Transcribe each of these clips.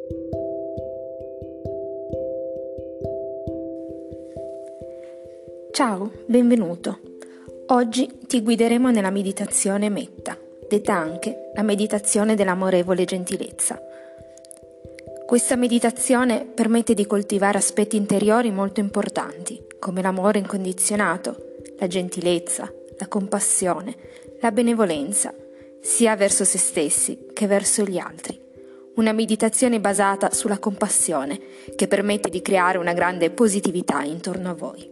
Ciao, benvenuto. Oggi ti guideremo nella meditazione Metta, detta anche la meditazione dell'amorevole gentilezza. Questa meditazione permette di coltivare aspetti interiori molto importanti, come l'amore incondizionato, la gentilezza, la compassione, la benevolenza, sia verso se stessi che verso gli altri. Una meditazione basata sulla compassione che permette di creare una grande positività intorno a voi.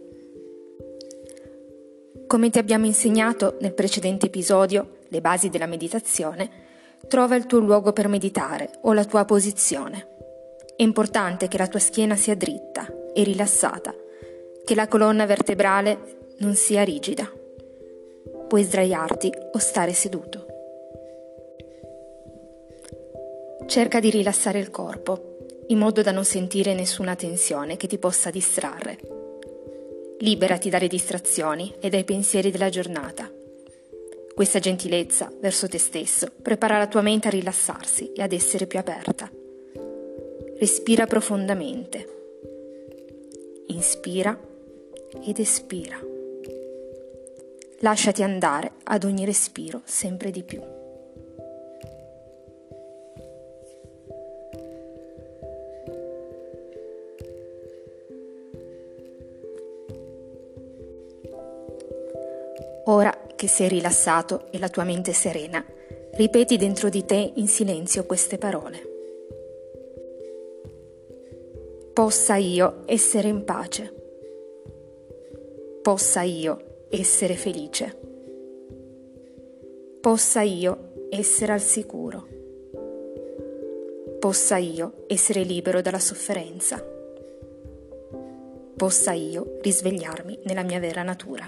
Come ti abbiamo insegnato nel precedente episodio, le basi della meditazione, trova il tuo luogo per meditare o la tua posizione. È importante che la tua schiena sia dritta e rilassata, che la colonna vertebrale non sia rigida. Puoi sdraiarti o stare seduto. Cerca di rilassare il corpo, in modo da non sentire nessuna tensione che ti possa distrarre. Liberati dalle distrazioni e dai pensieri della giornata. Questa gentilezza verso te stesso prepara la tua mente a rilassarsi e ad essere più aperta. Respira profondamente. Inspira ed espira. Lasciati andare ad ogni respiro sempre di più. Ora che sei rilassato e la tua mente è serena, ripeti dentro di te in silenzio queste parole. Possa io essere in pace. Possa io essere felice. Possa io essere al sicuro. Possa io essere libero dalla sofferenza. Possa io risvegliarmi nella mia vera natura.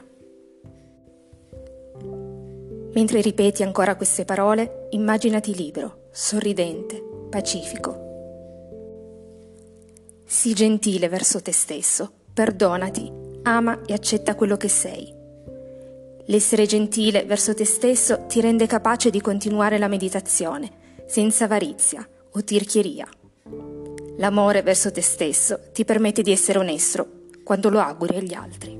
Mentre ripeti ancora queste parole, immaginati libero, sorridente, pacifico. Sii gentile verso te stesso, perdonati, ama e accetta quello che sei. L'essere gentile verso te stesso ti rende capace di continuare la meditazione, senza avarizia o tirchieria. L'amore verso te stesso ti permette di essere onesto quando lo auguri agli altri.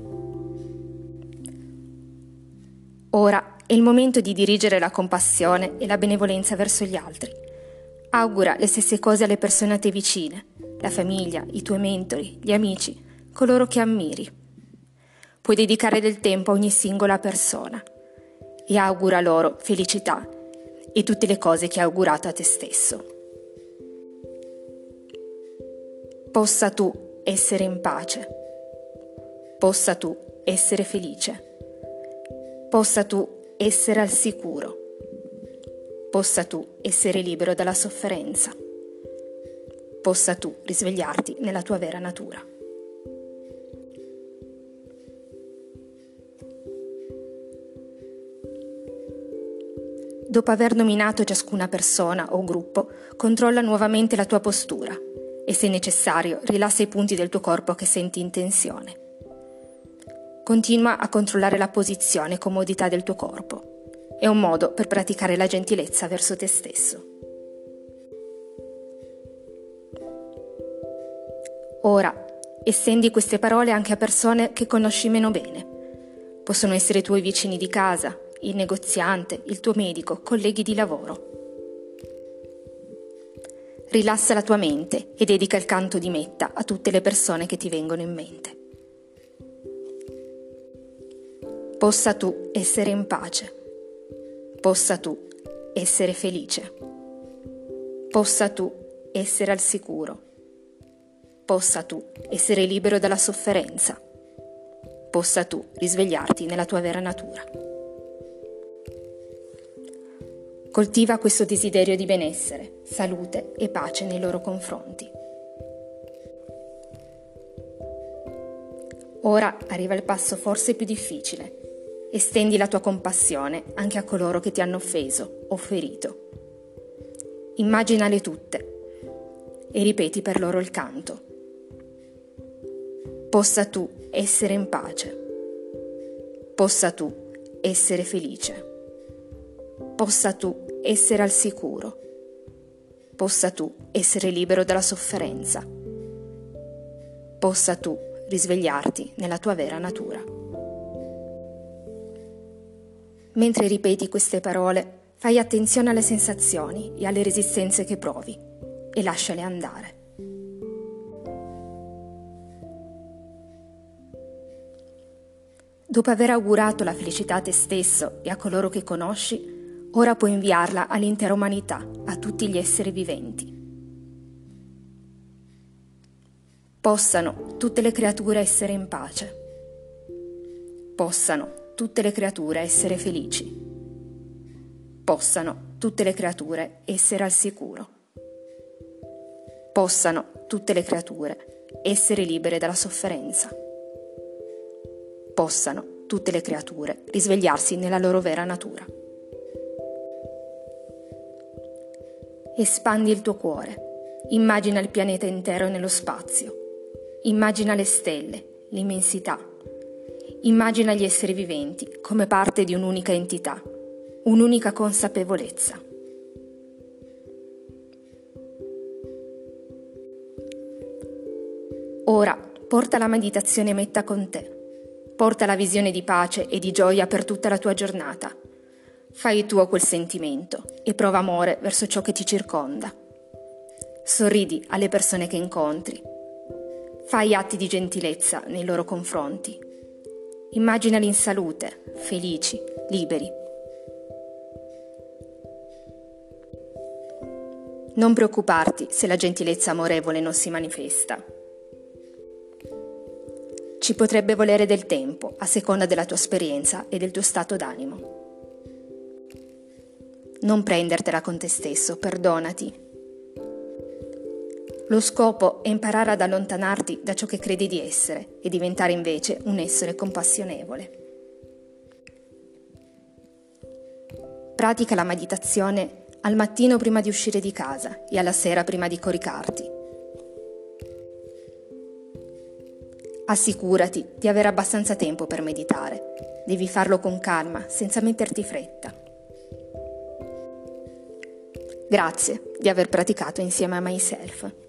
Ora è il momento di dirigere la compassione e la benevolenza verso gli altri. Augura le stesse cose alle persone a te vicine, la famiglia, i tuoi mentori, gli amici, coloro che ammiri. Puoi dedicare del tempo a ogni singola persona e augura loro felicità e tutte le cose che hai augurato a te stesso. Possa tu essere in pace. Possa tu essere felice. Possa tu essere al sicuro. Possa tu essere libero dalla sofferenza. Possa tu risvegliarti nella tua vera natura. Dopo aver nominato ciascuna persona o gruppo, controlla nuovamente la tua postura e, se necessario, rilassa i punti del tuo corpo che senti in tensione. Continua a controllare la posizione e comodità del tuo corpo. È un modo per praticare la gentilezza verso te stesso. Ora, estendi queste parole anche a persone che conosci meno bene. Possono essere i tuoi vicini di casa, il negoziante, il tuo medico, colleghi di lavoro. Rilassa la tua mente e dedica il canto di Metta a tutte le persone che ti vengono in mente. Possa tu essere in pace. Possa tu essere felice. Possa tu essere al sicuro. Possa tu essere libero dalla sofferenza. Possa tu risvegliarti nella tua vera natura. Coltiva questo desiderio di benessere, salute e pace nei loro confronti. Ora arriva il passo forse più difficile. Estendi la tua compassione anche a coloro che ti hanno offeso o ferito. Immaginale tutte e ripeti per loro il canto. Possa tu essere in pace. Possa tu essere felice. Possa tu essere al sicuro. possa tu essere libero dalla sofferenza, possa tu risvegliarti nella tua vera natura. Mentre ripeti queste parole, fai attenzione alle sensazioni e alle resistenze che provi e lasciale andare. Dopo aver augurato la felicità a te stesso e a coloro che conosci, ora puoi inviarla all'intera umanità, a tutti gli esseri viventi. Possano tutte le creature essere in pace. Possano tutte le creature essere felici. Possano tutte le creature essere al sicuro. Possano tutte le creature essere libere dalla sofferenza. Possano tutte le creature risvegliarsi nella loro vera natura. Espandi il tuo cuore, immagina il pianeta intero nello spazio, immagina le stelle, l'immensità, immagina gli esseri viventi come parte di un'unica entità, un'unica consapevolezza. Ora porta la meditazione metta con te. Porta la visione di pace e di gioia per tutta la tua giornata. Fai tuo quel sentimento e prova amore verso ciò che ti circonda. Sorridi alle persone che incontri. Fai atti di gentilezza nei loro confronti. Immaginali in salute, felici, liberi. Non preoccuparti se la gentilezza amorevole non si manifesta. Ci potrebbe volere del tempo, a seconda della tua esperienza e del tuo stato d'animo. Non prendertela con te stesso, perdonati. Lo scopo è imparare ad allontanarti da ciò che credi di essere e diventare invece un essere compassionevole. Pratica la meditazione al mattino prima di uscire di casa e alla sera prima di coricarti. Assicurati di avere abbastanza tempo per meditare. Devi farlo con calma, senza metterti fretta. Grazie di aver praticato insieme a Myself.